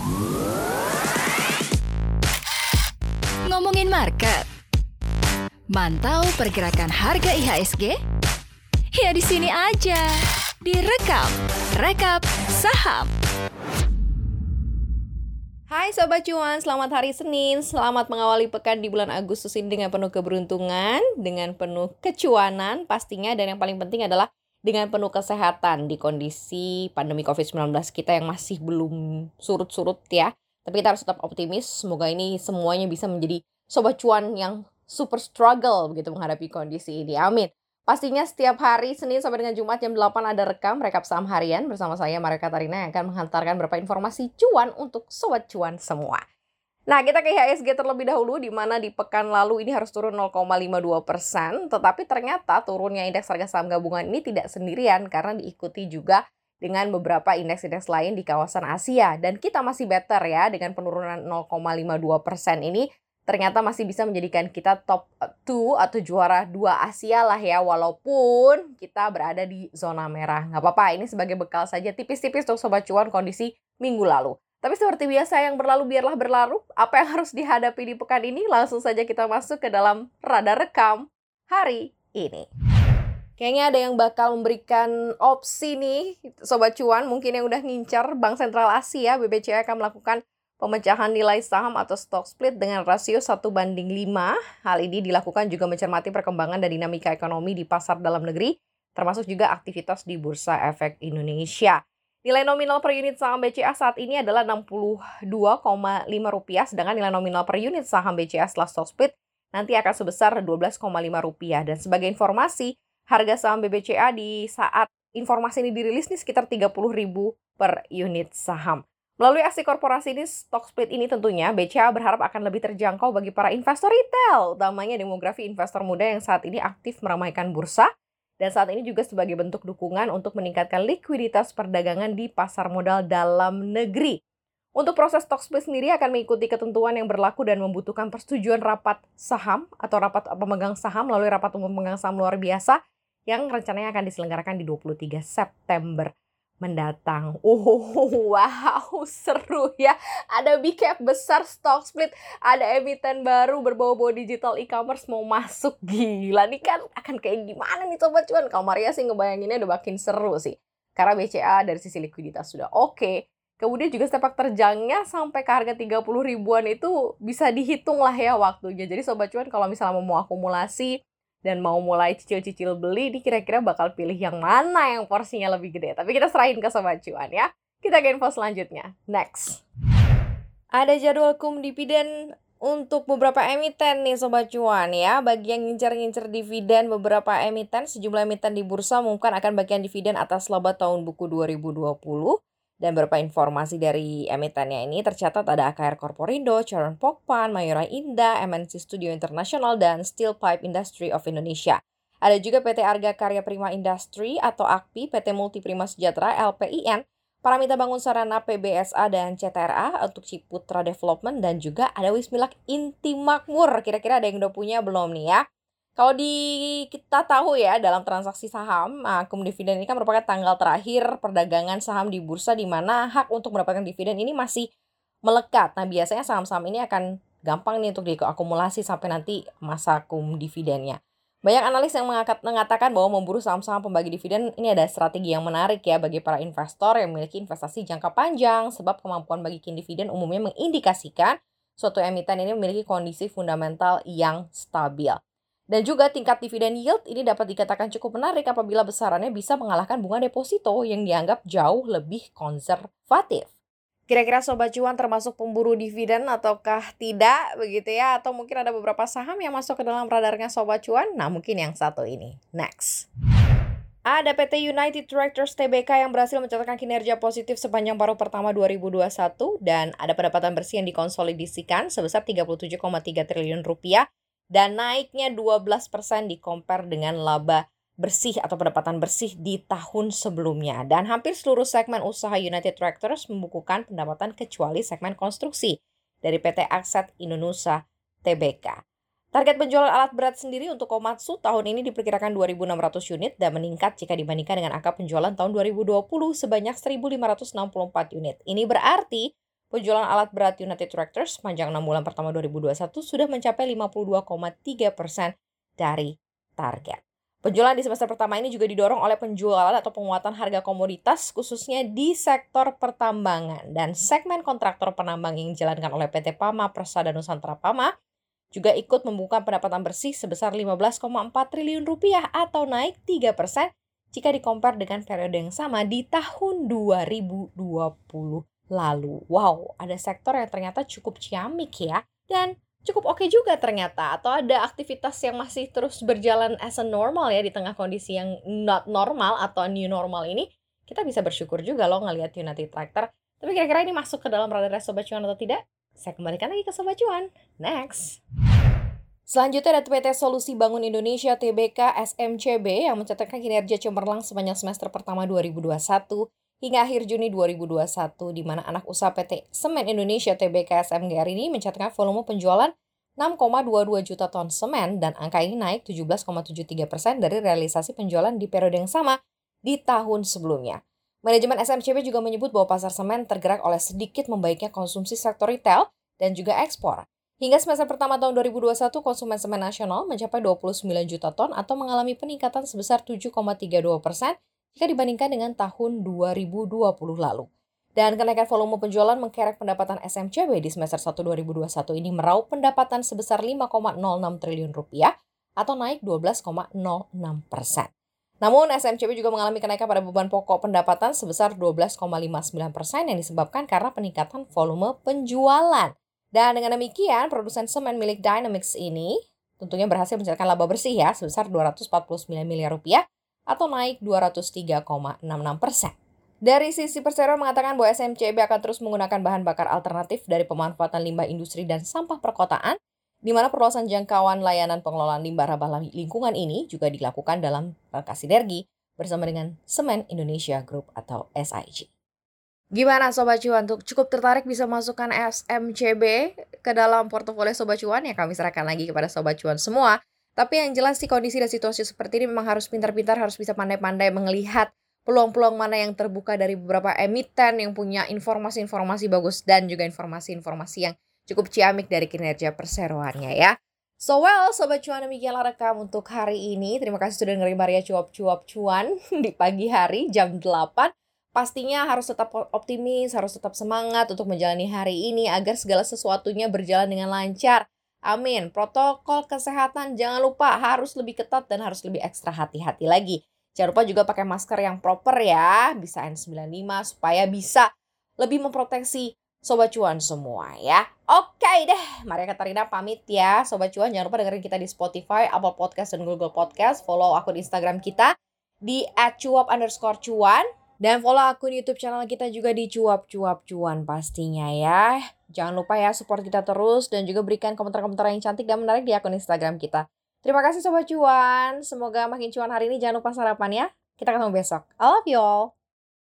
Ngomongin market, mantau pergerakan harga IHSG? Ya di sini aja, direkap, rekap saham. Hai Sobat Cuan, selamat hari Senin. Selamat mengawali pekan di bulan Agustus ini dengan penuh keberuntungan, dengan penuh kecuanan pastinya, dan yang paling penting adalah dengan penuh kesehatan di kondisi pandemi COVID-19 kita yang masih belum surut-surut ya. Tapi kita harus tetap optimis, semoga ini semuanya bisa menjadi Sobat Cuan yang super struggle begitu menghadapi kondisi ini. Amin. Pastinya setiap hari Senin sampai dengan Jumat jam 8 ada rekap saham harian bersama saya Maria Katarina yang akan menghantarkan beberapa informasi cuan untuk Sobat Cuan semua. Nah, kita ke IHSG terlebih dahulu, di mana di pekan lalu ini harus turun 0,52%, tetapi ternyata turunnya indeks harga saham gabungan ini tidak sendirian karena diikuti juga dengan beberapa indeks-indeks lain di kawasan Asia. Dan kita masih better ya, dengan penurunan 0,52% ini ternyata masih bisa menjadikan kita top 2 atau juara 2 Asia lah ya, walaupun kita berada di zona merah. Nggak apa-apa, ini sebagai bekal saja tipis-tipis untuk Sobat Cuan kondisi minggu lalu. Tapi seperti biasa, yang berlalu biarlah berlalu. Apa yang harus dihadapi di pekan ini? Langsung saja kita masuk ke dalam radar rekam hari ini. Kayaknya ada yang bakal memberikan opsi nih, Sobat Cuan, mungkin yang udah ngincar Bank Sentral Asia, BBCA akan melakukan pemecahan nilai saham atau stock split dengan rasio 1:5. Hal ini dilakukan juga mencermati perkembangan dan dinamika ekonomi di pasar dalam negeri, termasuk juga aktivitas di Bursa Efek Indonesia. Nilai nominal per unit saham BCA saat ini adalah Rp62,5, sedangkan nilai nominal per unit saham BCA setelah stock split nanti akan sebesar Rp12,5. Dan sebagai informasi, harga saham BBCA di saat informasi ini dirilis nih sekitar Rp30.000 per unit saham. Melalui aksi korporasi ini, stock split ini tentunya BCA berharap akan lebih terjangkau bagi para investor retail, utamanya demografi investor muda yang saat ini aktif meramaikan bursa, dan saat ini juga sebagai bentuk dukungan untuk meningkatkan likuiditas perdagangan di pasar modal dalam negeri. Untuk proses stock split sendiri akan mengikuti ketentuan yang berlaku dan membutuhkan persetujuan rapat saham atau rapat pemegang saham melalui rapat umum pemegang saham luar biasa yang rencananya akan diselenggarakan di 23 September mendatang. Wow, seru ya. Ada big cap besar stock split, ada emiten baru berbau-bau digital e-commerce mau masuk. Gila nih kan akan kayak gimana nih Sobat Cuan? Kalau Maria sih ngebayanginnya udah makin seru sih. Karena BCA dari sisi likuiditas sudah oke. Kemudian juga sepak terjangnya sampai ke harga 30 ribuan itu bisa dihitung lah ya waktunya. Jadi Sobat Cuan kalau misalnya mau akumulasi dan mau mulai cicil-cicil beli, ini kira-kira bakal pilih yang mana yang porsinya lebih gede. Tapi kita serahin ke Sobat Cuan ya. Kita ke info selanjutnya. Next. Ada jadwal dividen untuk beberapa emiten nih Sobat Cuan ya. Bagi yang ngincer-ngincer dividen beberapa emiten, sejumlah emiten di bursa mengumumkan akan bagian dividen atas laba tahun buku 2020. Dan beberapa informasi dari emitennya ini tercatat ada AKR Corporindo, Charon Pokpan, Mayora Indah, MNC Studio International, dan Steel Pipe Industry of Indonesia. Ada juga PT Arga Karya Prima Industri atau AKPI, PT Multiprima Sejahtera LPIN, Paramita Bangun Sarana PBSA dan CTRA untuk Ciputra Development, dan juga ada Wismilak Inti Makmur. Kira-kira ada yang udah punya belum nih ya? Kalau kita tahu ya, dalam transaksi saham, akum dividen ini kan merupakan tanggal terakhir perdagangan saham di bursa di mana hak untuk mendapatkan dividen ini masih melekat. Nah, biasanya saham-saham ini akan gampang nih untuk diakumulasi sampai nanti masa akum dividennya. Banyak analis yang mengatakan bahwa memburu saham-saham pembagi dividen ini ada strategi yang menarik ya bagi para investor yang memiliki investasi jangka panjang, sebab kemampuan bagikan dividen umumnya mengindikasikan suatu emiten ini memiliki kondisi fundamental yang stabil. Dan juga tingkat dividen yield ini dapat dikatakan cukup menarik apabila besarannya bisa mengalahkan bunga deposito yang dianggap jauh lebih konservatif. Kira-kira Sobat Cuan termasuk pemburu dividen ataukah tidak begitu ya? Atau mungkin ada beberapa saham yang masuk ke dalam radarnya Sobat Cuan? Nah, mungkin yang satu ini. Next. Ada PT United Tractors Tbk yang berhasil mencatatkan kinerja positif sepanjang paruh pertama 2021 dan ada pendapatan bersih yang dikonsolidasikan sebesar 37,3 triliun rupiah dan naiknya 12% di-compare dengan laba bersih atau pendapatan bersih di tahun sebelumnya. Dan hampir seluruh segmen usaha United Tractors membukukan pendapatan kecuali segmen konstruksi dari PT Akset Indonesia Tbk. Target penjualan alat berat sendiri untuk Komatsu tahun ini diperkirakan 2.600 unit dan meningkat jika dibandingkan dengan angka penjualan tahun 2020 sebanyak 1.564 unit. Ini berarti penjualan alat berat United Tractors sepanjang 6 bulan pertama 2021 sudah mencapai 52,3% dari target. Penjualan di semester pertama ini juga didorong oleh penjualan atau penguatan harga komoditas khususnya di sektor pertambangan dan segmen kontraktor penambang yang dijalankan oleh PT Pama Persada Nusantara Pama juga ikut membuka pendapatan bersih sebesar 15,4 triliun rupiah atau naik 3% jika dikompar dengan periode yang sama di tahun 2020 lalu. Wow, ada sektor yang ternyata cukup ciamik ya dan cukup oke juga ternyata, atau ada aktivitas yang masih terus berjalan as a normal ya di tengah kondisi yang not normal atau new normal ini. Kita bisa bersyukur juga loh ngelihat United Tractor. Tapi kira-kira ini masuk ke dalam radar Sobat Cuan atau tidak? Saya kembalikan lagi ke Sobat Cuan. Next. Selanjutnya ada PT Solusi Bangun Indonesia Tbk SMCB yang mencatatkan kinerja cemerlang sepanjang semester pertama 2021 hingga akhir Juni 2021, di mana anak usaha PT Semen Indonesia Tbk SMGR ini mencatatkan volume penjualan 6,22 juta ton semen dan angka ini naik 17,73% dari realisasi penjualan di periode yang sama di tahun sebelumnya. Manajemen SMCB juga menyebut bahwa pasar semen tergerak oleh sedikit membaiknya konsumsi sektor retail dan juga ekspor. Hingga semester pertama tahun 2021, konsumen semen nasional mencapai 29 juta ton atau mengalami peningkatan sebesar 7,32% jika dibandingkan dengan tahun 2020 lalu. Dan kenaikan volume penjualan mengkerek pendapatan SMCB di semester 1 2021 ini meraup pendapatan sebesar 5,06 triliun rupiah atau naik 12,06%. Namun SMCB juga mengalami kenaikan pada beban pokok pendapatan sebesar 12,59% yang disebabkan karena peningkatan volume penjualan. Dan dengan demikian, produsen semen milik Dynamics ini tentunya berhasil mencatatkan laba bersih ya sebesar 249 miliar rupiah atau naik 203,66%. Dari sisi perseroan mengatakan bahwa SMCB akan terus menggunakan bahan bakar alternatif dari pemanfaatan limbah industri dan sampah perkotaan, di mana perluasan jangkauan layanan pengelolaan limbah ramah lingkungan ini juga dilakukan dalam rangka sinergi bersama dengan Semen Indonesia Group atau SIG. Gimana Sobat Cuan? Cukup tertarik bisa masukkan SMCB ke dalam portofolio Sobat Cuan? Ya kami serahkan lagi kepada Sobat Cuan semua. Tapi yang jelas sih kondisi dan situasi seperti ini memang harus pintar-pintar, harus bisa pandai-pandai melihat peluang-peluang mana yang terbuka dari beberapa emiten yang punya informasi-informasi bagus dan juga informasi-informasi yang cukup ciamik dari kinerja perseroannya ya. So well, Sobat Cuan, demikianlah rekam untuk hari ini. Terima kasih sudah dengerin Maria Cuap-Cuap Cuan di pagi hari jam 8. Pastinya harus tetap optimis, harus tetap semangat untuk menjalani hari ini agar segala sesuatunya berjalan dengan lancar. Amin. Protokol kesehatan jangan lupa harus lebih ketat dan harus lebih ekstra hati-hati lagi. Jangan lupa juga pakai masker yang proper ya, bisa N95 supaya bisa lebih memproteksi Sobat Cuan semua ya. Oke deh, Maria Katarina pamit ya. Sobat Cuan jangan lupa dengerin kita di Spotify, Apple Podcast, dan Google Podcast. Follow akun Instagram kita di @cuap_cuan. Dan follow akun YouTube channel kita juga di Cuap-Cuap Cuan pastinya ya. Jangan lupa ya support kita terus dan juga berikan komentar-komentar yang cantik dan menarik di akun Instagram kita. Terima kasih Sobat Cuan. Semoga makin cuan hari ini. Jangan lupa sarapan ya. Kita ketemu besok. I love you all.